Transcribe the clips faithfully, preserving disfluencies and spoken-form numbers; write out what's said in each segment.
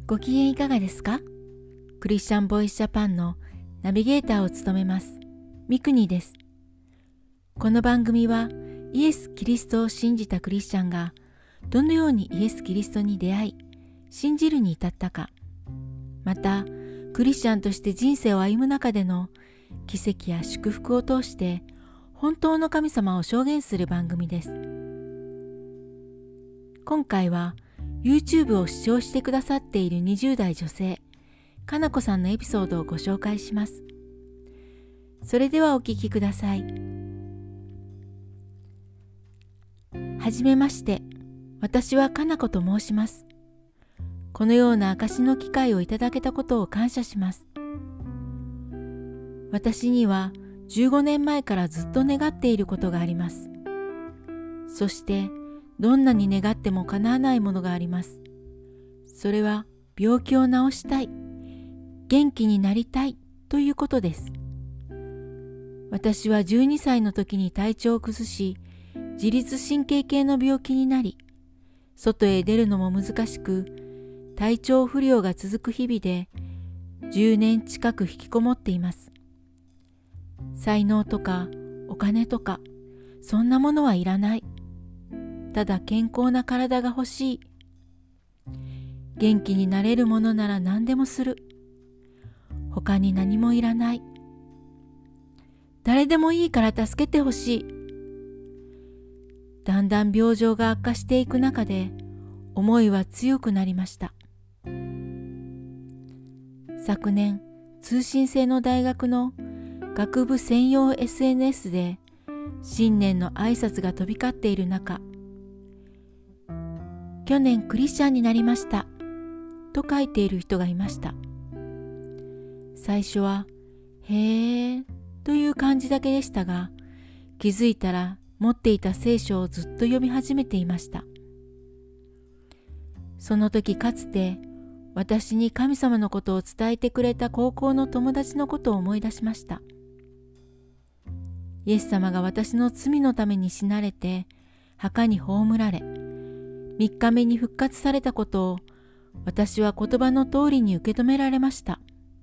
ご機嫌いかがですか？クリスチャンボイスジャパンのナビゲーターを務めますミクニです。この番組はイエス・キリストを信じたクリスチャンがどのようにイエス・キリストに出会い信じるに至ったか、またクリスチャンとして人生を歩む中での奇跡や祝福を通して本当の神様を証言する番組です。今回は YouTube を視聴してくださっているにじゅう代女性かなこさんのエピソードをご紹介します。それではお聞きください。はじめまして、私はかなこと申します。このような証の機会をいただけたことを感謝します。私にはじゅうごねんまえからずっと願っていることがあります。そしてどんなに願っても叶わないものがあります。それは病気を治したい、元気になりたいということです。私はじゅうにさいの時に体調を崩し、自律神経系の病気になり、外へ出るのも難しく、体調不良が続く日々で、じゅうねん近く引きこもっています。才能とかお金とか、そんなものはいらない。ただ健康な体が欲しい。元気になれるものなら何でもする。他に何もいらない。誰でもいいから助けてほしい。だんだん病状が悪化していく中で、思いは強くなりました。昨年、通信制の大学の学部専用 エスエヌエス で新年の挨拶が飛び交っている中、去年クリスチャンになりましたと書いている人がいました。最初はへーという感じだけでしたが、気づいたら持っていた聖書をずっと読み始めていました。その時かつて私に神様のことを伝えてくれた高校の友達のことを思い出しました。イエス様が私の罪のために死なれて墓に葬られ、みっかめに復活されたことを私は言葉の通りに受け止められました。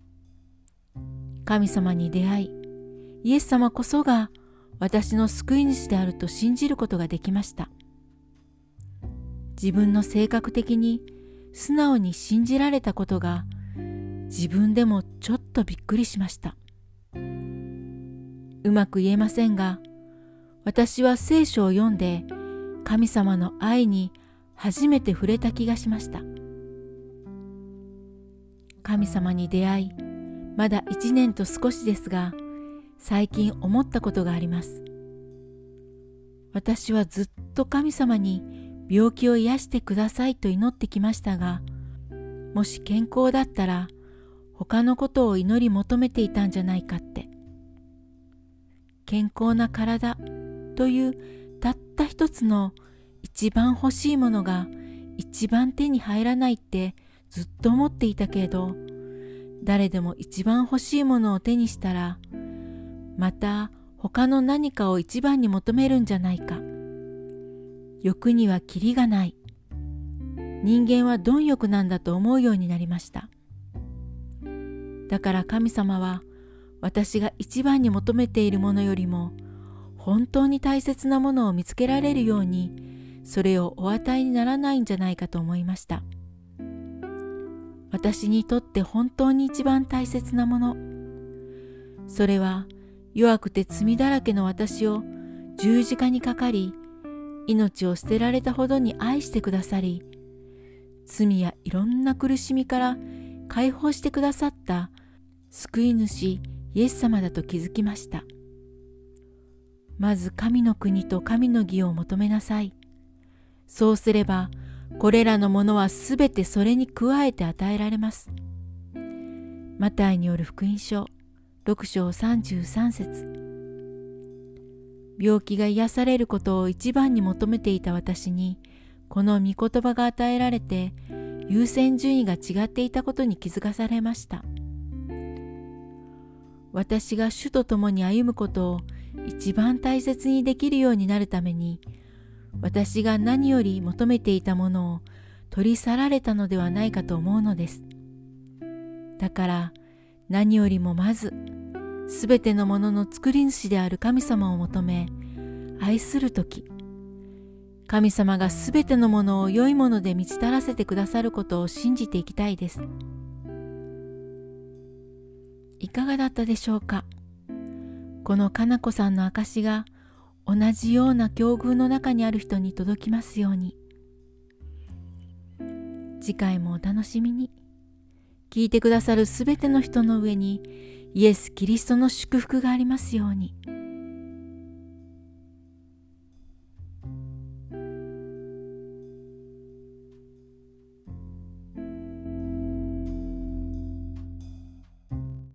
神様に出会い、イエス様こそが私の救い主であると信じることができました。自分の性格的に素直に信じられたことが自分でもちょっとびっくりしました。うまく言えませんが、私は聖書を読んで神様の愛に初めて触れた気がしました。神様に出会い、まだ一年と少しですが、最近思ったことがあります。私はずっと神様に病気を癒してくださいと祈ってきましたが、もし健康だったら他のことを祈り求めていたんじゃないかって。健康な体というたった一つの一番欲しいものが一番手に入らないってずっと思っていたけれど、誰でも一番欲しいものを手にしたら、また他の何かを一番に求めるんじゃないか。欲にはキリがない。人間は貪欲なんだと思うようになりました。だから神様は私が一番に求めているものよりも本当に大切なものを見つけられるように、それをお与えにならないんじゃないかと思いました。私にとって本当に一番大切なもの、それは弱くて罪だらけの私を十字架にかかり、命を捨てられたほどに愛してくださり、罪やいろんな苦しみから解放してくださった救い主イエス様だと気づきました。まず神の国と神の義を求めなさい。そうすればこれらのものはすべてそれに加えて与えられます。マタイによる福音書ろく章さんじゅうさん節。病気が癒されることを一番に求めていた私に、この御言葉が与えられて優先順位が違っていたことに気づかされました。私が主と共に歩むことを一番大切にできるようになるために、私が何より求めていたものを取り去られたのではないかと思うのです。だから何よりもまず、すべてのものの作り主である神様を求め、愛するとき、神様がすべてのものを良いもので満ち足らせてくださることを信じていきたいです。いかがだったでしょうか。このかなこさんの証が同じような境遇の中にある人に届きますように。次回もお楽しみに。聞いてくださるすべての人の上にイエス・キリストの祝福がありますように。